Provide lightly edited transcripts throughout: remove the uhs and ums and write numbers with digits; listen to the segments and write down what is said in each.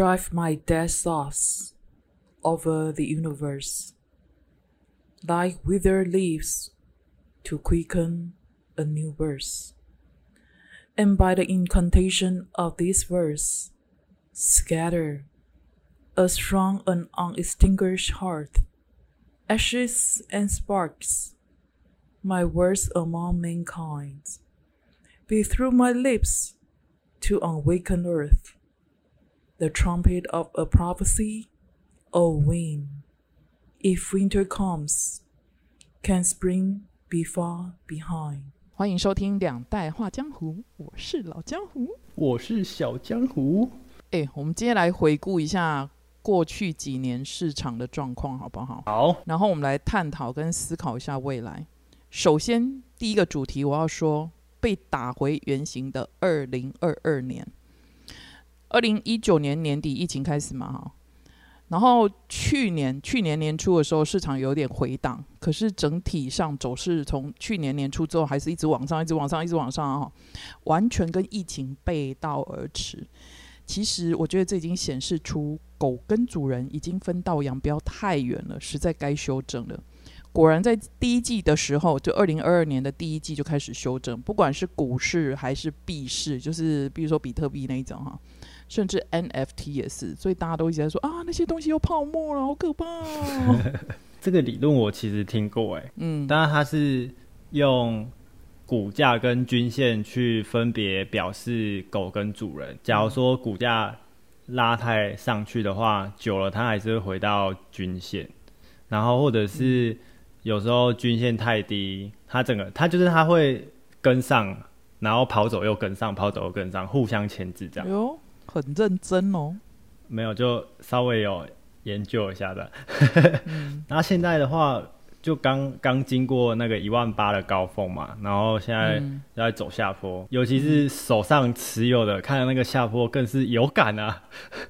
drive my dead thoughts over the universe, like withered leaves to quicken a new birth. And by the incantation of this verse, scatter, as from an unextinguished hearth, ashes and sparks, my words among mankind. Be through my lips to awaken earth, the trumpet of a prophecy, O wind. If winter comes, can spring be far behind? 欢迎收听两代画江湖，我是老江湖， 我是小江湖。 我们今天来回顾一下过去几年市场的状况好不好？ 好， 然后我们来探讨跟思考一下未来。首先第一个主题我要说被打回原形的2022年。2019年年底疫情开始嘛，然后去年年初的时候市场有点回档，可是整体上走势从去年年初之后还是一直往上一直往上一直往上，完全跟疫情背道而驰。其实我觉得这已经显示出狗跟主人已经分道扬镳太远了，实在该修正了。果然在第一季的时候，就2022年的第一季就开始修正，不管是股市还是币市，就是比如说比特币那一种甚至 NFT 也是，所以大家都一直在说啊，那些东西有泡沫了，好可怕这个理论我其实听过当然它是用股价跟均线去分别表示狗跟主人。假如说股价拉太上去的话，久了它还是会回到均线，然后或者是有时候均线太低，它它会跟上，然后跑走又跟上，跑走又跟上，互相牵制这样。 哟，很认真哦。 没有，就稍微有研究一下的。然后现在的话，就刚经过那个18000的高峰嘛，然后现在在走下坡，尤其是手上持有的，看到那个下坡更是有感啊。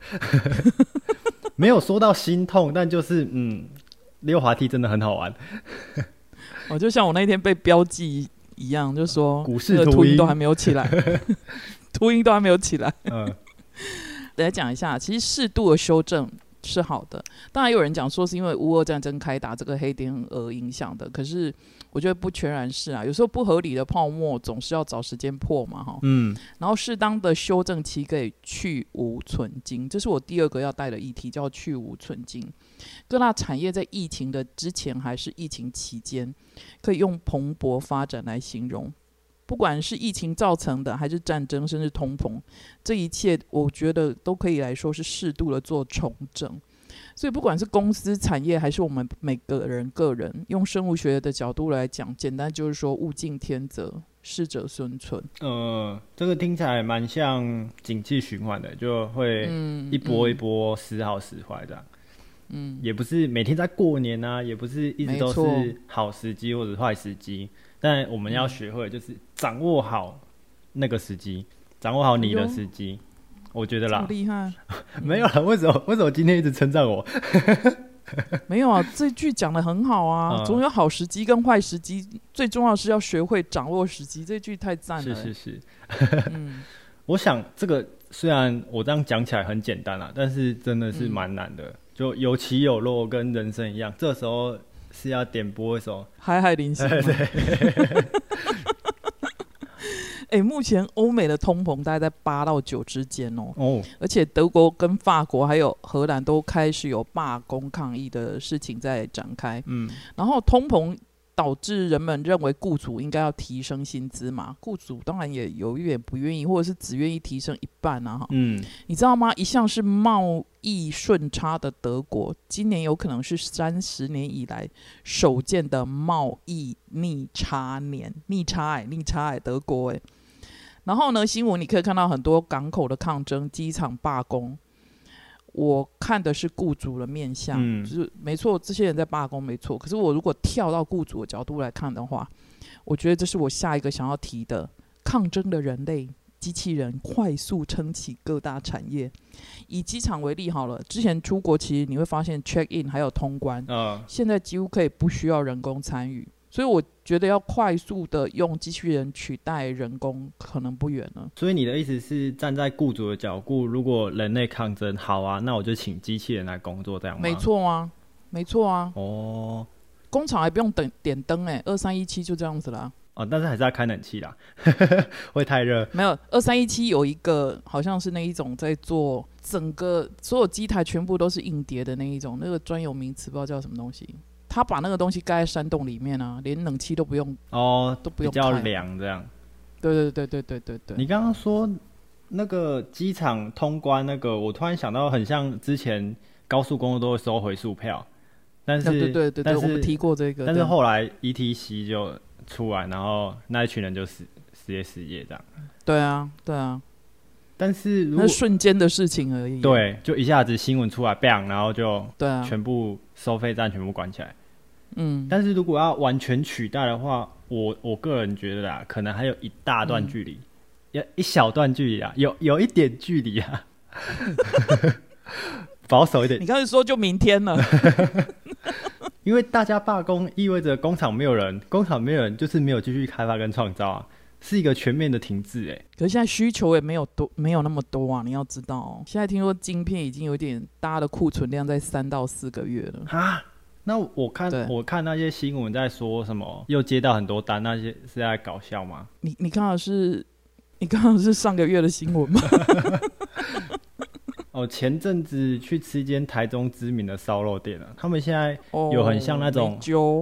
没有说到心痛，但就是溜滑梯真的很好玩。 就像我那天被标记一样，就说股市秃鹰都还没有起来，秃鹰都还没有起来。来讲一下，其实适度的修正是好的。当然有人讲说是因为乌俄战争开打这个黑天鹅影响的，可是我觉得不全然是啊。有时候不合理的泡沫总是要找时间破嘛，然后适当的修正期可以去无存菁，这是我第二个要带的议题，叫去无存菁。各大产业在疫情的之前还是疫情期间，可以用蓬勃发展来形容。不管是疫情造成的，还是战争，甚至通膨，这一切我觉得都可以来说是适度的做重整。所以不管是公司产业还是我们每个人个人，用生物学的角度来讲，简单就是说物竞天择，适者生存。 这个听起来蛮像景气循环的，就会一波一波时好时坏这样。也不是每天在过年啊，也不是一直都是好时机或者坏时机，但我们要学会就是掌握好那个时机，掌握好你的时机，我觉得啦。 好厉害！ 没有啦，为什么今天一直称赞我？ 没有啊，这句讲得很好啊，总有好时机跟坏时机，最重要是要学会掌握时机，这句太赞了。 是。我想这个虽然我这样讲起来很简单啦，但是真的是蛮难的。就有起有落，跟人生一样，这时候是要点播一首海海灵犀。目前欧美的通膨大概在8到9之间而且德国跟法国还有荷兰都开始有罢工抗议的事情在展开。然后通膨导致人们认为雇主应该要提升薪资嘛，雇主当然也有一点不愿意，或者是只愿意提升一半啊。你知道吗？一向是贸易顺差的德国，今年有可能是30年以来首见的贸易逆差年，逆差德国然后呢，新闻你可以看到很多港口的抗争、机场罢工。我看的是雇主的面向，就是没错，这些人在罢工没错。可是我如果跳到雇主的角度来看的话，我觉得这是我下一个想要提的：抗争的人类机器人快速撑起各大产业。以机场为例好了，之前出国其实你会发现 check in 还有通关，现在几乎可以不需要人工参与。 所以我觉得要快速的用机器人取代人工可能不远了。 所以你的意思是站在雇主的角度，如果人类抗争，好啊，那我就请机器人来工作，这样吗？ 没错啊，没错啊。 哦， 工厂还不用点灯2317就这样子啦。 哦，但是还是要开冷气啦，会太热。 没有，2317有一个好像是那一种在做整个所有机台全部都是硬碟的那一种，那个专有名词不知道叫什么东西。他把那个东西盖在山洞里面啊，连冷气都不用哦， 都不用开， 比较凉这样。 对。 你刚刚说那个机场通关那个，我突然想到很像之前高速公路都会收回数票，但是对，我们提过这个， 但是后来 ETC 就出来，然后那一群人就失业这样。 对啊。 但是如果那瞬间的事情而已。 对，就一下子新闻出来 bang， 然后就全部收费站全部关起来。但是如果要完全取代的话，我个人觉得啦，可能还有一大段距离，一小段距离啊，有一点距离啊，保守一点。 你刚才说就明天了。 因为大家罢工意味着工厂没有人就是没有继续开发跟创造啊，是一个全面的停滞可是现在需求也没有那么多啊，你要知道现在听说晶片已经有点大家的库存量在3到4个月了啊。那我看那些新闻在说什么又接到很多单，那些是在搞笑吗？ 你看到是上个月的新闻吗？ 前阵子去吃一间台中知名的烧肉店他们现在有很像那种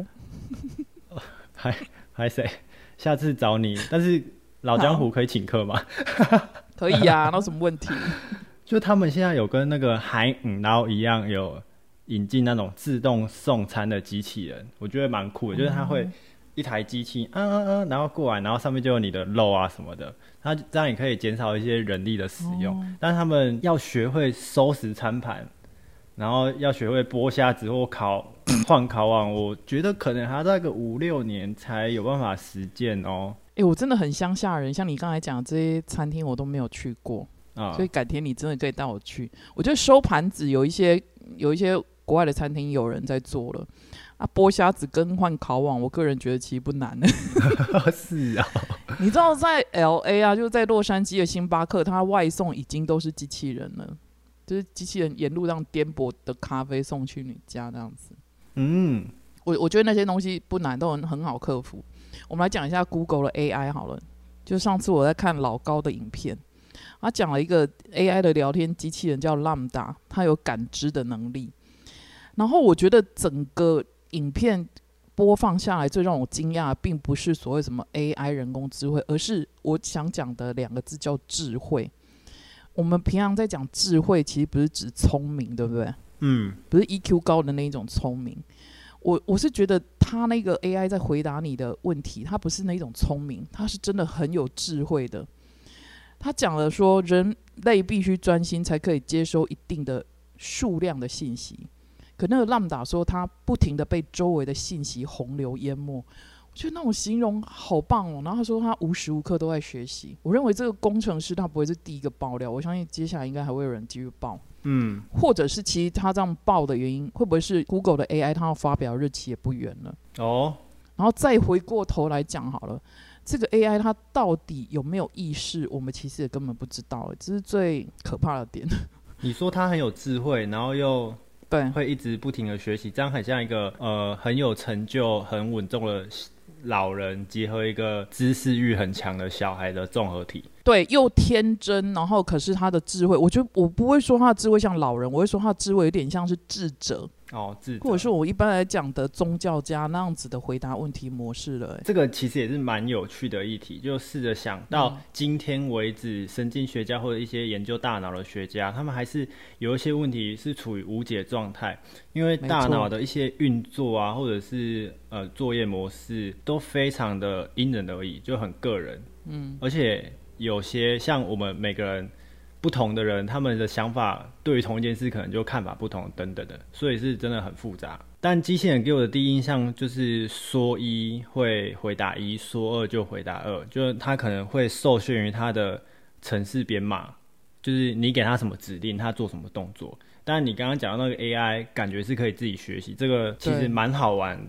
还谁？下次找你，但是老江湖可以请客吗？ 可以啊，那有什么问题？ 就他们现在有跟那个海然后一样有引进那种自动送餐的机器人，我觉得蛮酷的，就是它会一台机器然后过来，然后上面就有你的肉啊什么的，它这样也可以减少一些人力的使用。但他们要学会收拾餐盘，然后要学会剥虾子或换烤网，我觉得可能还要在个5-6年才有办法实践哦。 我真的很乡下人，像你刚才讲的这些餐厅我都没有去过所以改天你真的可以带我去。我觉得收盘子有一些国外的餐厅有人在做了剥虾子跟换烤网，我个人觉得其实不难是啊你知道在 LA 就在洛杉矶的星巴克，它外送已经都是机器人了，就是机器人沿路让颠簸的咖啡送去你家这样子。我觉得那些东西不难，都很好克服。我们来讲一下 Google 的 AI 好了，就上次我在看老高的影片，他讲了一个 AI 的聊天机器人叫 Lambda， 它有感知的能力。然后我觉得整个影片播放下来，最让我惊讶的并不是所谓什么 AI 人工智慧，而是我想讲的2个字叫智慧。我们平常在讲智慧，其实不是指聪明，对不对？不是 EQ 高的那一种聪明。我是觉得他那个 AI 在回答你的问题，他不是那种聪明，他是真的很有智慧的。他讲了说，人类必须专心才可以接收一定的数量的信息。可那个Lambda说，他不停的被周围的信息洪流淹没。我觉得那种形容好棒哦。然后他说他无时无刻都在学习。我认为这个工程师他不会是第一个爆料，我相信接下来应该还会有人继续爆。或者是其实他这样爆的原因，会不会是 Google 的 AI 他要发表日期也不远了然后再回过头来讲好了，这个 AI 它到底有没有意识，我们其实也根本不知道，这是最可怕的点。 你说他很有智慧，然后又对会一直不停的学习，这样很像一个很有成就很稳重的老人结合一个知识欲很强的小孩的综合体。 对，又天真，然后可是他的智慧，我觉得我不会说他的智慧像老人，我会说他的智慧有点像是智者智者， 或者是我一般来讲的宗教家那样子的回答问题模式了。 这个其实也是蛮有趣的议题，就试着想到今天为止，神经学家或者一些研究大脑的学家，他们还是有一些问题是处于无解状态，因为大脑的一些运作啊，或者是作业模式都非常的因人而异，就很个人。而且有些像我们每个人不同的人，他们的想法对于同一件事可能就看法不同等等的，所以是真的很复杂。但机器人给我的第一印象就是说一会回答一，说二就回答二，就是他可能会受限于他的程式编码，就是你给他什么指令他做什么动作。但你刚刚讲到那个 AI 感觉是可以自己学习，这个其实蛮好玩的，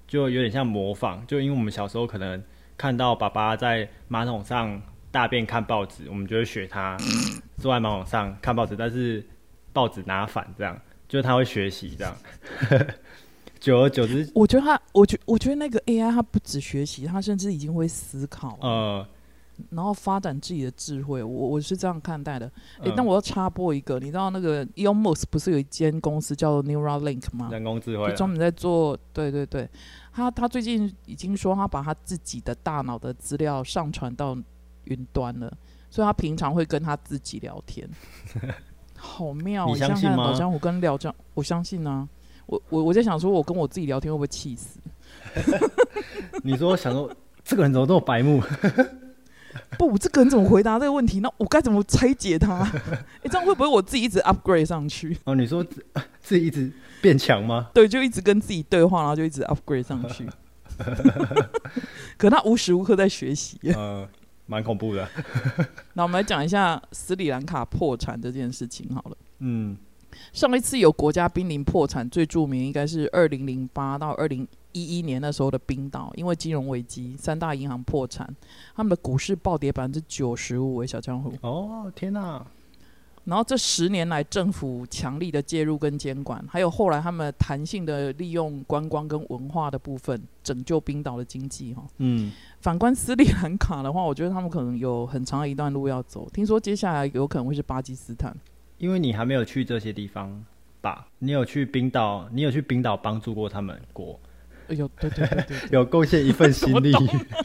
就有点像模仿，就因为我们小时候可能看到爸爸在马桶上大便看报纸，我们就会学他坐在马桶上看报纸，但是报纸拿反，这样就是他会学习这样。久而久之， 我觉得那个 AI 它不止学习，它甚至已经会思考，然后发展自己的智慧，我是这样看待的。但我要插播一个，你知道那个 Elon Musk 不是有一间公司叫 Neuralink 吗？ 人工智慧就专门在做，对对对，他最近已经说他把他自己的大脑的资料上传到云端了，所以他平常会跟他自己聊天，好妙！ 你相信吗？ 老江湖跟廖江，我相信啊。我在想说，我跟我自己聊天会不会气死？ 你说想说这个人怎么这么白目？ 不，这个人怎么回答这个问题？那我该怎么拆解他？这样会不会我自己一直 upgrade 上去？ 哦，你说自己一直变强吗？ 对，就一直跟自己对话，然后就一直 upgrade 上去。可他无时无刻在学习。 蛮恐怖的。 那我们来讲一下斯里兰卡破产这件事情好了。上一次有国家濒临破产，最著名应该是2008到2011年那时候的冰岛，因为金融危机，3大银行破产，他们的股市暴跌95%。小江湖， 哦天哪！ 然后这10年来，政府强力的介入跟监管，还有后来他们弹性的利用观光跟文化的部分，拯救冰岛的经济。反观斯里兰卡的话，我觉得他们可能有很长的一段路要走。听说接下来有可能会是巴基斯坦。 因为你还没有去这些地方吧？你有去冰岛帮助过他们过？ 对， 有贡献一份心力，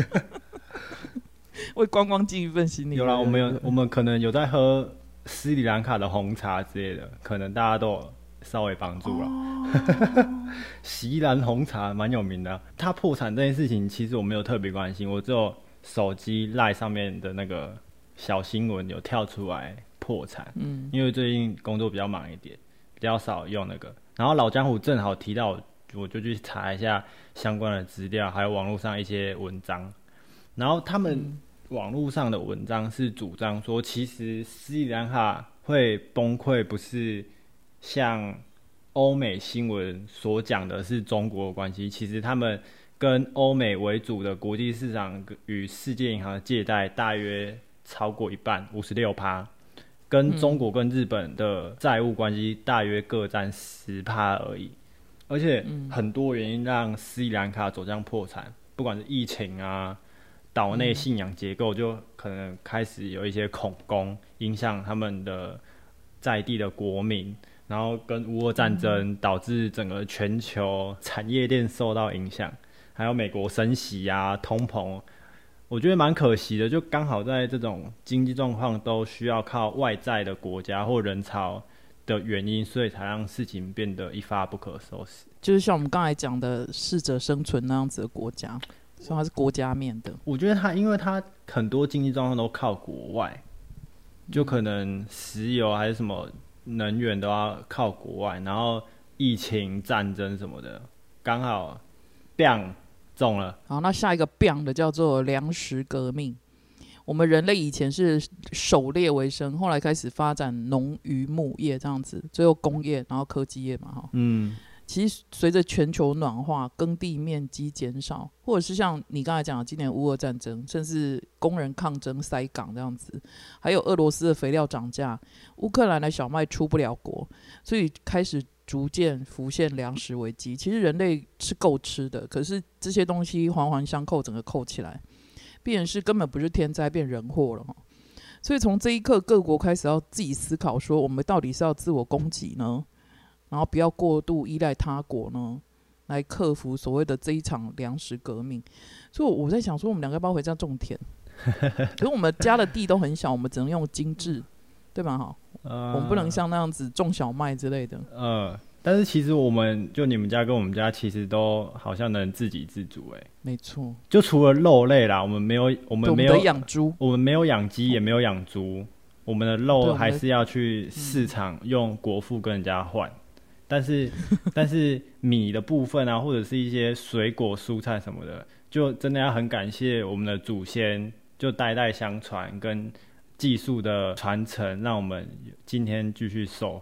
为观光尽一份心力。 有啦，我们可能有在喝斯里兰卡的红茶之类的，可能大家都有稍微帮助了。锡兰红茶蛮有名的，它破产这件事情其实我没有特别关心，我只有手机 LINE 上面的那个小新闻有跳出来破产。因为最近工作比较忙一点，比较少用那个。然后老江湖正好提到，我就去查一下相关的资料，还有网络上一些文章。然后他们网络上的文章是主张说，其实斯里兰卡会崩溃，不是像欧美新闻所讲的是中国的关系，其实他们跟欧美为主的国际市场与世界银行的借贷大约超过一半，56%。跟中国跟日本的债务关系大约各占10%而已，而且很多原因让斯里兰卡走向破产，不管是疫情啊，岛内信仰结构就可能开始有一些恐攻，影响他们的在地的国民，然后跟乌俄战争导致整个全球产业链受到影响，还有美国升息啊、通膨。我觉得蛮可惜的，就刚好在这种经济状况都需要靠外在的国家或人潮的原因，所以才让事情变得一发不可收拾。 就是像我们刚才讲的适者生存那样子的国家，所以它是国家面的。 我觉得因为它很多经济状况都靠国外，就可能石油还是什么能源都要靠国外，然后疫情、战争什么的，刚好 bang 中了。 好，那下一个 bang 的叫做粮食革命。我们人类以前是狩猎为生，后来开始发展农渔牧业这样子，最后工业，然后科技业嘛。其实随着全球暖化，耕地面积减少，或者是像你刚才讲的今年乌俄战争，甚至工人抗争塞港这样子，还有俄罗斯的肥料涨价，乌克兰的小麦出不了国，所以开始逐渐浮现粮食危机。其实人类是够吃的，可是这些东西环环相扣，整个扣起来，变成是根本不是天灾，变人祸了。所以从这一刻，各国开始要自己思考说，我们到底是要自我供给呢，然后不要过度依赖他国呢，来克服所谓的这一场粮食革命。所以我在想说，我们两个要不要回家种田？可是我们家的地都很小，我们只能用精致，对吧？我们不能像那样子种小麦之类的。 但是其实我们就你们家跟我们家其实都好像能自给自足。 没错， 就除了肉类啦，我们没有养猪， 我们没有养鸡，也没有养猪，我们的肉还是要去市场用国富跟人家换。但是米的部分啊，或者是一些水果蔬菜什么的，就真的要很感谢我们的祖先，就代代相传跟技术的传承，让我们今天继续受惠。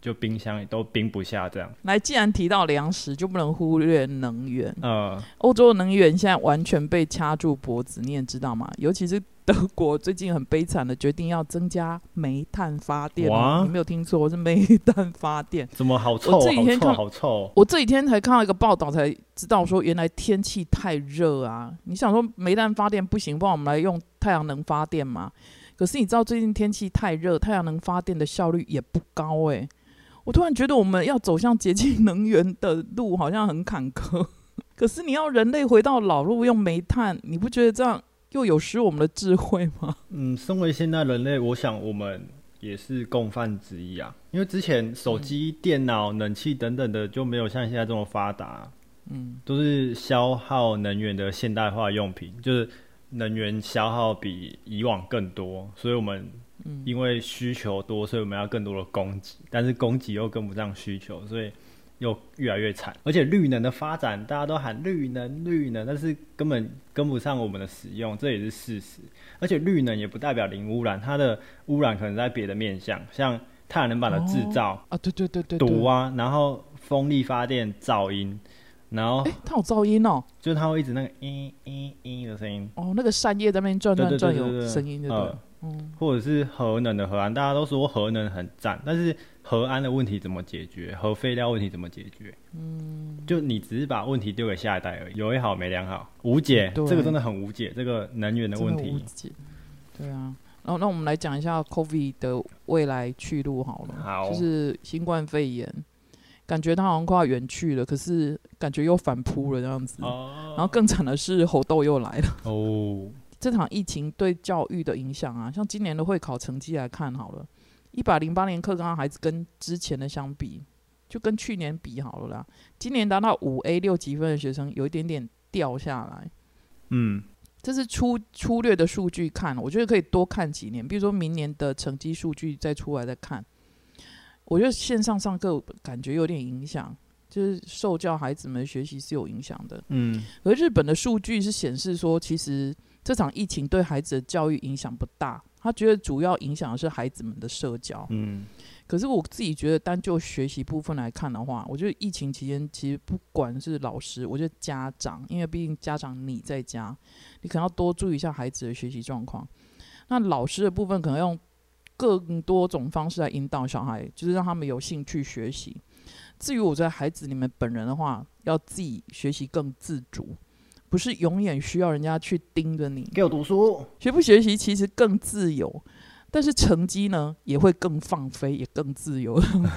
就冰箱也都冰不下这样。 来，既然提到粮食，就不能忽略能源。欧洲的能源现在完全被掐住脖子，你也知道吗？尤其是德国最近很悲惨的决定要增加煤炭发电。你没有听错，是煤炭发电。 怎么好臭？好臭！ 我这几天才看到一个报道，才知道说原来天气太热啊。你想说煤炭发电不行，不然我们来用太阳能发电嘛？可是你知道最近天气太热，太阳能发电的效率也不高欸。我突然觉得我们要走向洁净能源的路好像很坎坷，可是你要人类回到老路用煤炭，你不觉得这样又有失我们的智慧吗？ 身为现代人类，我想我们也是共犯之一啊。因为之前手机、电脑、冷气等等的就没有像现在这么发达，都是消耗能源的现代化用品，就是能源消耗比以往更多，所以我们因为需求多，所以我们要更多的供给，但是供给又跟不上需求，所以又越来越惨。而且绿能的发展，大家都喊绿能，但是根本跟不上我们的使用，这也是事实。而且绿能也不代表零污染，它的污染可能在别的面向，像太阳能板的制造对毒啊，然后风力发电噪音，然后它有噪音哦， 就是它会一直那个的声音那个扇叶在那边转有声音，对不对？ 或者是核能的核安，大家都说核能很赞，但是核安的问题怎么解决？核废料问题怎么解决？就你只是把问题丢给下一代而已，有一好没两好，无解。这个真的很无解，这个能源的问题。 无解。对啊，然后那我们来讲一下 COVID 的未来去路好了。 好， 就是新冠肺炎，感觉它好像快要远去了，可是感觉又反扑了这样子。然后更惨的是猴痘又来了。这场疫情对教育的影响啊，像今年的会考成绩来看好了，108年课纲孩子跟之前的相比，就跟去年比好了啦。今年达到5A 6级分的学生有一点点掉下来。这是粗略的数据看，我觉得可以多看几年，比如说明年的成绩数据再出来再看。我觉得线上上课感觉有点影响，就是受教孩子们的学习是有影响的。而日本的数据是显示说，其实这场疫情对孩子的教育影响不大，他觉得主要影响的是孩子们的社交。可是我自己觉得单就学习部分来看的话，我觉得疫情期间其实不管是老师，我觉得家长，因为毕竟家长你在家，你可能要多注意一下孩子的学习状况。那老师的部分可能用更多种方式来引导小孩，就是让他们有兴趣学习。至于我在孩子你们本人的话，要自己学习更自主，不是永远需要人家去盯着你。 给我读书， 学不学习其实更自由，但是成绩呢也会更放飞，也更自由。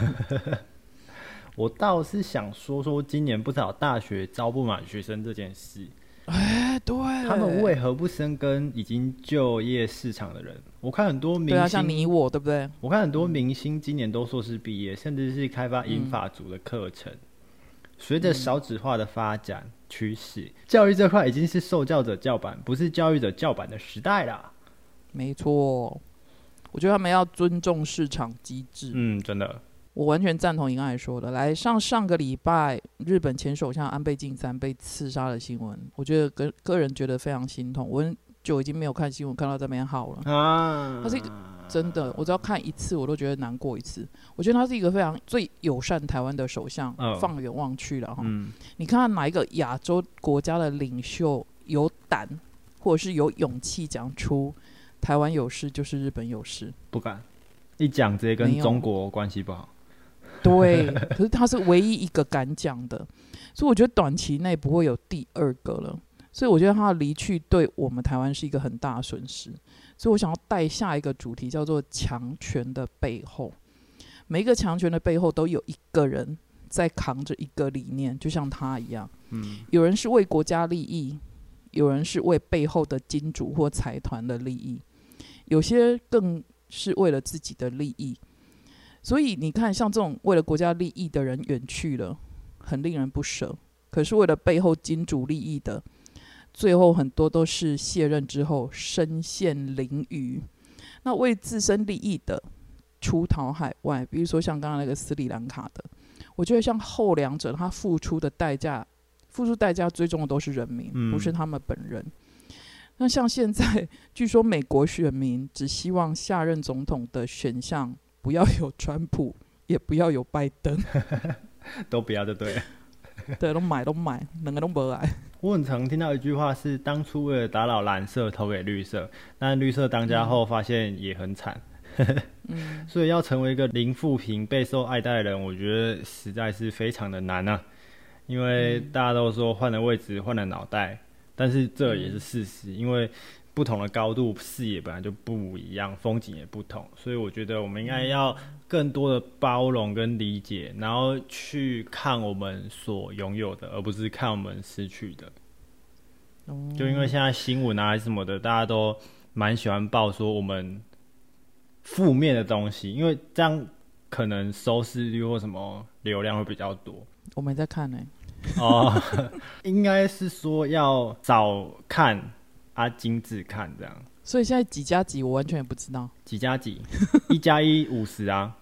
我倒是想说今年不少大学招不满学生这件事。 对， 他们为何不深耕已经就业市场的人？我看很多明星， 对啊，像你我，对不对？ 我看很多明星今年都硕士毕业，甚至是开发银发族的课程。随着少子化的发展趋势，教育这块已经是受教者教版，不是教育者教版的时代啦。 没错，我觉得他们要尊重市场机制。 真的。 我完全赞同你刚才说的。来，上个礼拜日本前首相安倍晋三被刺杀的新闻，我觉得个人觉得非常心痛。我很久已经没有看新闻看到这边好了。它是一个真的，我只要看一次我都觉得难过一次。我觉得他是一个非常最友善台湾的首相。放眼望去了你看看哪一个亚洲国家的领袖有胆或者是有勇气讲出台湾有事就是日本有事？不敢， 一讲直接跟中国关系不好。 对，可是他是唯一一个敢讲的，所以我觉得短期内不会有第二个了。所以我觉得他的离去对我们台湾是一个很大的损失。所以我想要带下一个主题叫做强权的背后。每一个强权的背后都有一个人在扛着一个理念，就像他一样。有人是为国家利益，有人是为背后的金主或财团的利益，有些更是为了自己的利益。所以你看，像这种为了国家利益的人远去了，很令人不舍。可是为了背后金主利益的，最后很多都是卸任之后身陷囹圄。那为自身利益的出逃海外，比如说像刚刚那个斯里兰卡的，我觉得像后两者，他付出代价最终的都是人民，不是他们本人。那像现在，据说美国选民只希望下任总统的选项不要有川普也不要有拜登， 都不要就对了。 对，都买，两个都不爱。 我很常听到一句话是，当初为了打扰蓝色投给绿色，但绿色当家后发现也很惨。所以要成为一个零负评备受爱戴的人，我觉得实在是非常的难啊。因为大家都说换了位置换了脑袋，但是这也是事实，因为不同的高度视野本来就不一样，风景也不同，所以我觉得我们应该要更多的包容跟理解，然后去看我们所拥有的，而不是看我们失去的。就因为现在新闻啊什么的，大家都蛮喜欢报说我们负面的东西，因为这样可能收视率或什么流量会比较多。 我没在看呢。 应该是说要早看啊，精致看这样。 所以现在几加几我完全也不知道。 几加几？1+1=50啊。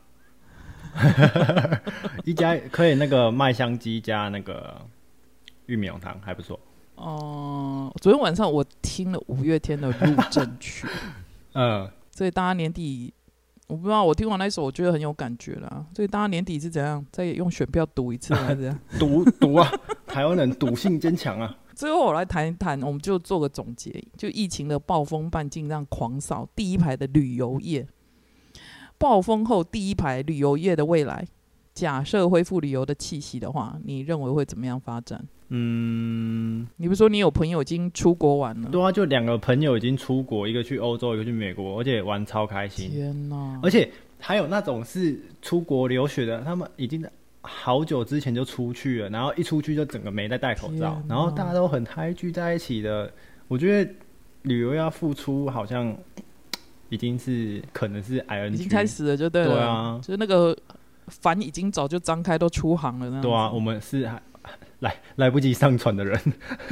一加可以那个麦香鸡加那个玉米浓汤还不错。 昨天晚上我听了5月天的《入阵曲》。所以大家年底，我不知道，我听完那一首，我觉得很有感觉啦。所以大家年底是怎样？再用选票赌一次还是怎样？ 赌啊！台湾人赌性坚强啊！ 最后我来谈一谈，我们就做个总结。就疫情的暴风半径让狂扫第一排的旅游业，暴风后第一排旅游业的未来，假设恢复旅游的气息的话，你认为会怎么样发展？你不是说你有朋友已经出国玩了？ 对啊，就2个朋友已经出国，一个去欧洲，一个去美国，而且玩超开心。 天哪！ 而且还有那种是出国留学的，他们已经好久之前就出去了，然后一出去就整个没再戴口罩，然后大家都很嗨聚在一起的。我觉得旅游要付出，好像已经是可能是 ING 已经开始了，就对了。 对啊， 就是那个帆已经早就张开，都出航了那样子。 对啊，我们是来不及上船的人。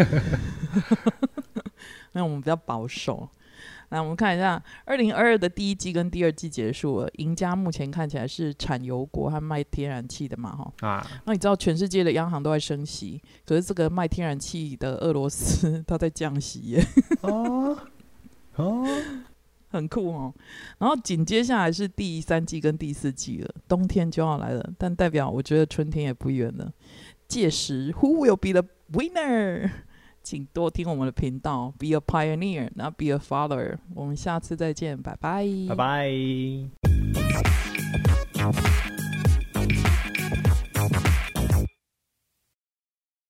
那我们比较保守。来，我们看一下2022的第1季跟第2季结束了，赢家目前看起来是产油国和卖天然气的嘛，那你知道全世界的央行都在升息，可是这个卖天然气的俄罗斯它在降息耶。很酷哦。然后紧接下来是第3季跟第4季了，冬天就要来了，但代表我觉得春天也不远了。届时 Who will be the winner？ 请多听我们的频道 Be a pioneer， not be a follower。 我们下次再见，拜拜。 拜拜。